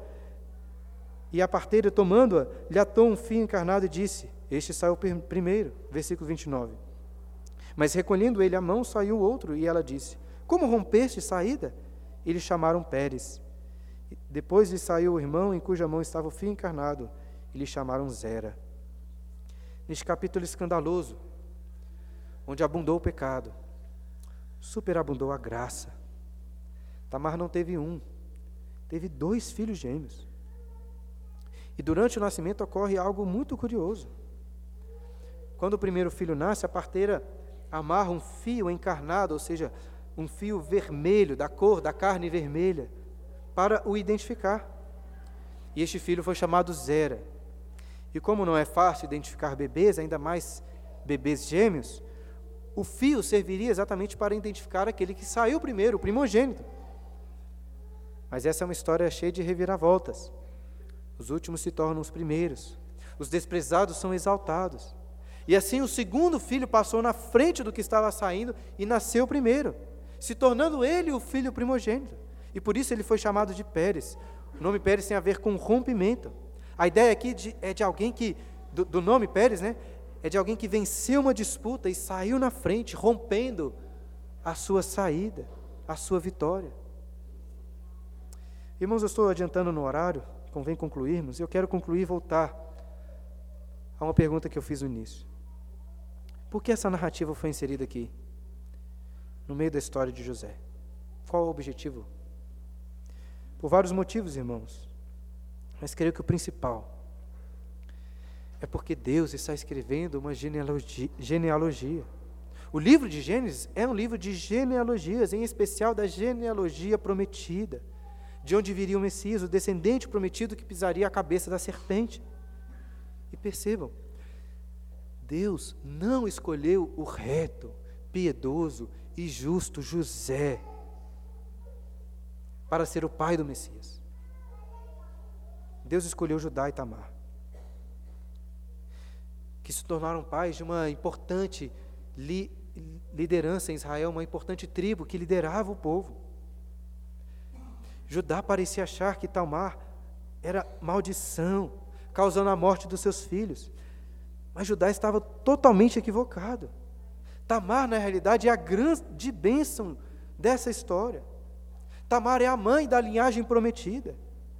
e a parteira, tomando-a, lhe atou um fio encarnado e disse, este saiu primeiro, versículo 29. Mas recolhendo ele a mão, saiu outro, e ela disse, como rompeste saída? E lhe chamaram Pérez. Depois lhe saiu o irmão, em cuja mão estava o fio encarnado, e lhe chamaram Zera. Neste capítulo escandaloso, onde abundou o pecado, superabundou a graça. Tamar não teve um, teve 2 filhos gêmeos. E durante o nascimento ocorre algo muito curioso. Quando o primeiro filho nasce, a parteira amarra um fio encarnado, ou seja, um fio vermelho, da cor da carne vermelha, para o identificar. E este filho foi chamado Zera. E como não é fácil identificar bebês, ainda mais bebês gêmeos, o fio serviria exatamente para identificar aquele que saiu primeiro, o primogênito. Mas essa é uma história cheia de reviravoltas. Os últimos se tornam os primeiros. Os desprezados são exaltados. E assim o segundo filho passou na frente do que estava saindo e nasceu primeiro, se tornando ele o filho primogênito. E por isso ele foi chamado de Pérez. O nome Pérez tem a ver com rompimento. A ideia aqui é de alguém que, do nome Pérez, né? É de alguém que venceu uma disputa e saiu na frente, rompendo a sua saída, a sua vitória. Irmãos, eu estou adiantando no horário, convém concluirmos, e eu quero concluir e voltar a uma pergunta que eu fiz no início. Por que essa narrativa foi inserida aqui, no meio da história de José? Qual é o objetivo? Por vários motivos, irmãos, mas creio que o principal é porque Deus está escrevendo uma genealogia. O livro de Gênesis é um livro de genealogias, em especial da genealogia prometida, de onde viria o Messias, o descendente prometido que pisaria a cabeça da serpente. E percebam, Deus não escolheu o reto, piedoso e justo José para ser o pai do Messias. Deus escolheu Judá e Tamar, que se tornaram pais de uma importante liderança em Israel, uma importante tribo que liderava o povo. Judá parecia achar que Tamar era maldição, causando a morte dos seus filhos. Mas Judá estava totalmente equivocado. Tamar, na realidade, é a grande bênção dessa história. Tamar é a mãe da linhagem prometida.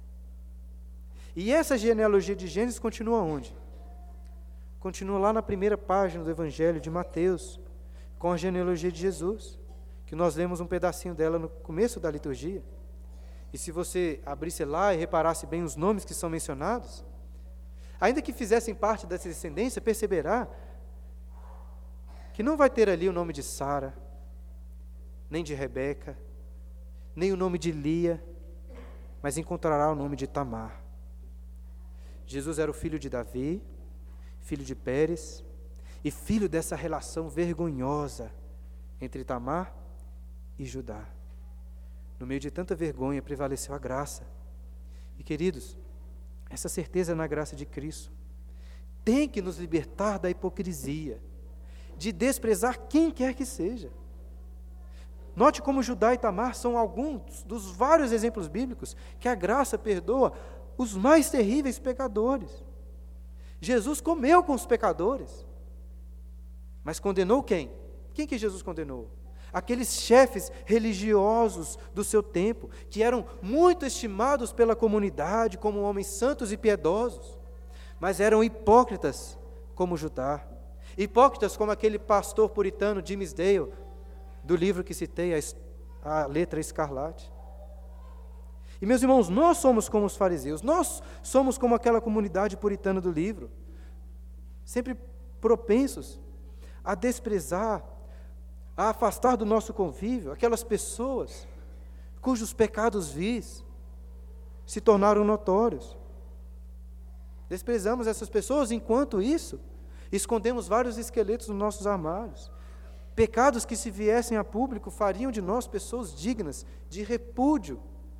E essa genealogia de Gênesis continua onde? Continua lá na primeira página do Evangelho de Mateus, com a genealogia de Jesus, que nós lemos um pedacinho dela no começo da liturgia. E se você abrisse lá e reparasse bem os nomes que são mencionados, ainda que fizessem parte dessa descendência, perceberá que não vai ter ali o nome de Sara, nem de Rebeca, nem o nome de Lia, mas encontrará o nome de Tamar. Jesus era o filho de Davi, filho de Pérez, e filho dessa relação vergonhosa entre Tamar e Judá. No meio de tanta vergonha prevaleceu a graça. E queridos, essa certeza na graça de Cristo tem que nos libertar da hipocrisia, de desprezar quem quer que seja. Note como Judá e Tamar são alguns dos vários exemplos bíblicos que a graça perdoa os mais terríveis pecadores. Jesus comeu com os pecadores, mas condenou quem? Quem que Jesus condenou? Aqueles chefes religiosos do seu tempo, que eram muito estimados pela comunidade como homens santos e piedosos, mas eram hipócritas como Judá, hipócritas como aquele pastor puritano James Dale, do livro que citei, a Letra Escarlate. E meus irmãos, nós somos como os fariseus, nós somos como aquela comunidade puritana do livro, sempre propensos a desprezar, a afastar do nosso convívio aquelas pessoas cujos pecados vis se tornaram notórios. Desprezamos essas pessoas, enquanto isso, escondemos vários esqueletos nos nossos armários. Pecados que, se viessem a público, fariam de nós pessoas dignas de repúdio.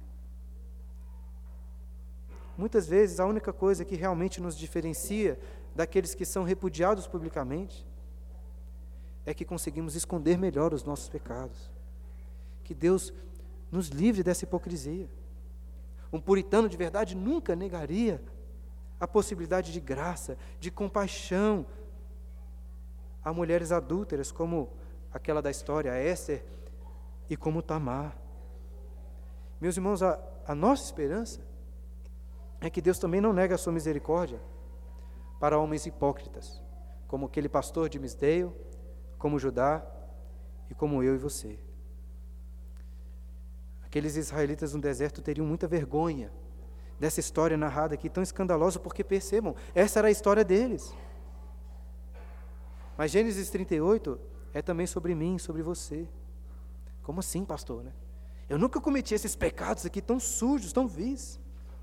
Muitas vezes, a única coisa que realmente nos diferencia daqueles que são repudiados publicamente é que conseguimos esconder melhor os nossos pecados. Que Deus nos livre dessa hipocrisia. Um puritano de verdade nunca negaria a possibilidade de graça, de compaixão a mulheres adúlteras, como aquela da história, a Esther, e como Tamar. Meus irmãos, a nossa esperança é que Deus também não nega a sua misericórdia para homens hipócritas, como aquele pastor de Misdale, como Judá e como eu e você. Aqueles israelitas no deserto teriam muita vergonha dessa história narrada aqui, tão escandalosa, porque percebam, essa era a história deles. Mas Gênesis 38 é também sobre mim, sobre você. Como assim, pastor, né? Eu nunca cometi esses pecados aqui tão sujos, tão vis.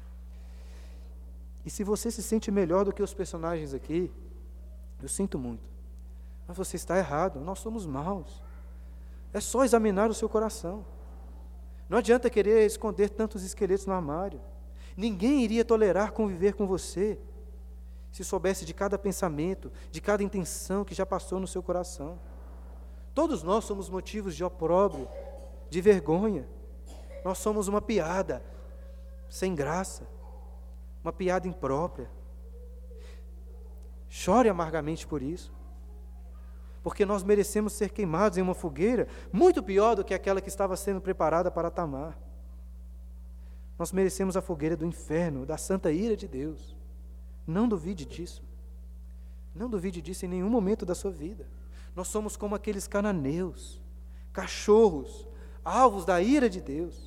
E se você se sente melhor do que os personagens aqui, eu sinto muito. Mas você está errado, nós somos maus. É só examinar o seu coração. Não adianta querer esconder tantos esqueletos no armário. Ninguém iria tolerar conviver com você se soubesse de cada pensamento, de cada intenção que já passou no seu coração. Todos nós somos motivos de opróbrio, de vergonha. Nós somos uma piada sem graça, uma piada imprópria. Chore amargamente por isso, porque nós merecemos ser queimados em uma fogueira muito pior do que aquela que estava sendo preparada para Tamar. Nós merecemos a fogueira do inferno, da santa ira de Deus. Não duvide disso. Não duvide disso em nenhum momento da sua vida. Nós somos como aqueles cananeus, cachorros, alvos da ira de Deus.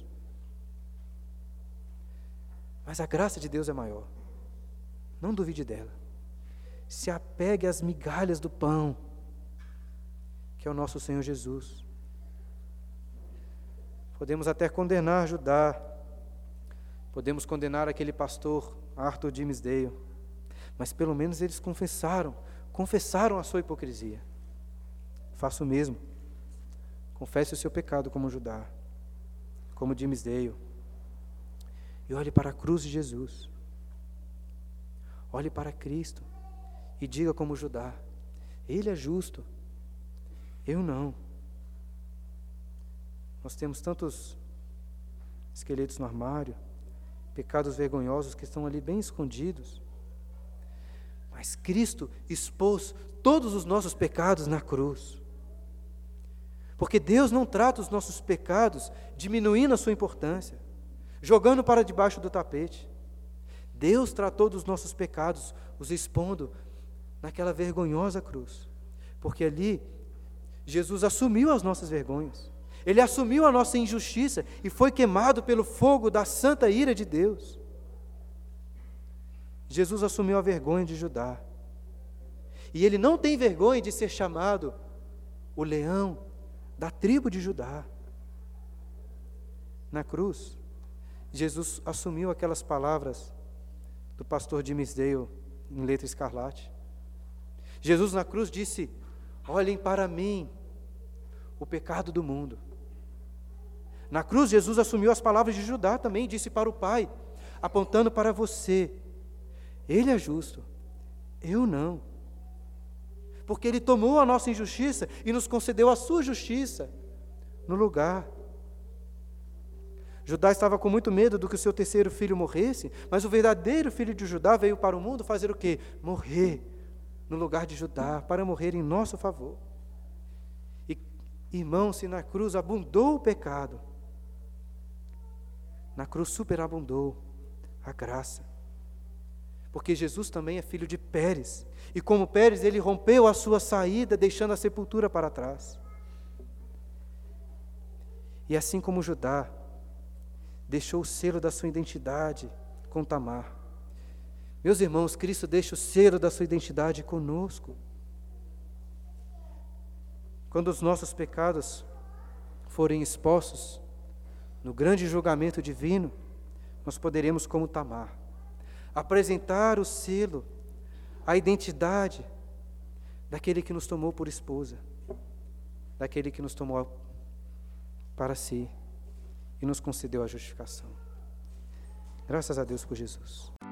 Mas a graça de Deus é maior. Não duvide dela. Se apegue às migalhas do pão, que é o nosso Senhor Jesus. Podemos até condenar Judá, podemos condenar aquele pastor Arthur James Dale, mas pelo menos eles confessaram a sua hipocrisia. Faça o mesmo. Confesse o seu pecado como Judá, como James Dale, e olhe para a cruz de Jesus. Olhe para Cristo e diga como Judá: Ele é justo, eu não. Nós temos tantos esqueletos no armário, pecados vergonhosos que estão ali bem escondidos, mas Cristo expôs todos os nossos pecados na cruz. Porque Deus não trata os nossos pecados diminuindo a sua importância, jogando para debaixo do tapete. Deus tratou dos nossos pecados, os expondo naquela vergonhosa cruz. Porque ali, Jesus assumiu as nossas vergonhas. Ele assumiu a nossa injustiça e foi queimado pelo fogo da santa ira de Deus. Jesus assumiu a vergonha de Judá. E ele não tem vergonha de ser chamado o leão da tribo de Judá. Na cruz, Jesus assumiu aquelas palavras do pastor Jim Dale em letra escarlate. Jesus na cruz disse: olhem para mim, o pecado do mundo. Na cruz, Jesus assumiu as palavras de Judá também, disse para o Pai, apontando para você: Ele é justo, eu não. Porque Ele tomou a nossa injustiça e nos concedeu a sua justiça no lugar. Judá estava com muito medo do que o seu terceiro filho morresse, mas o verdadeiro filho de Judá veio para o mundo fazer o quê? Morrer no lugar de Judá, para morrer em nosso favor. E, irmãos, se na cruz abundou o pecado, na cruz superabundou a graça. Porque Jesus também é filho de Pérez, e como Pérez, ele rompeu a sua saída, deixando a sepultura para trás. E assim como Judá deixou o selo da sua identidade com Tamar, meus irmãos, Cristo deixa o selo da sua identidade conosco. Quando os nossos pecados forem expostos no grande julgamento divino, nós poderemos, como Tamar, apresentar o selo, a identidade daquele que nos tomou por esposa, daquele que nos tomou para si e nos concedeu a justificação. Graças a Deus por Jesus.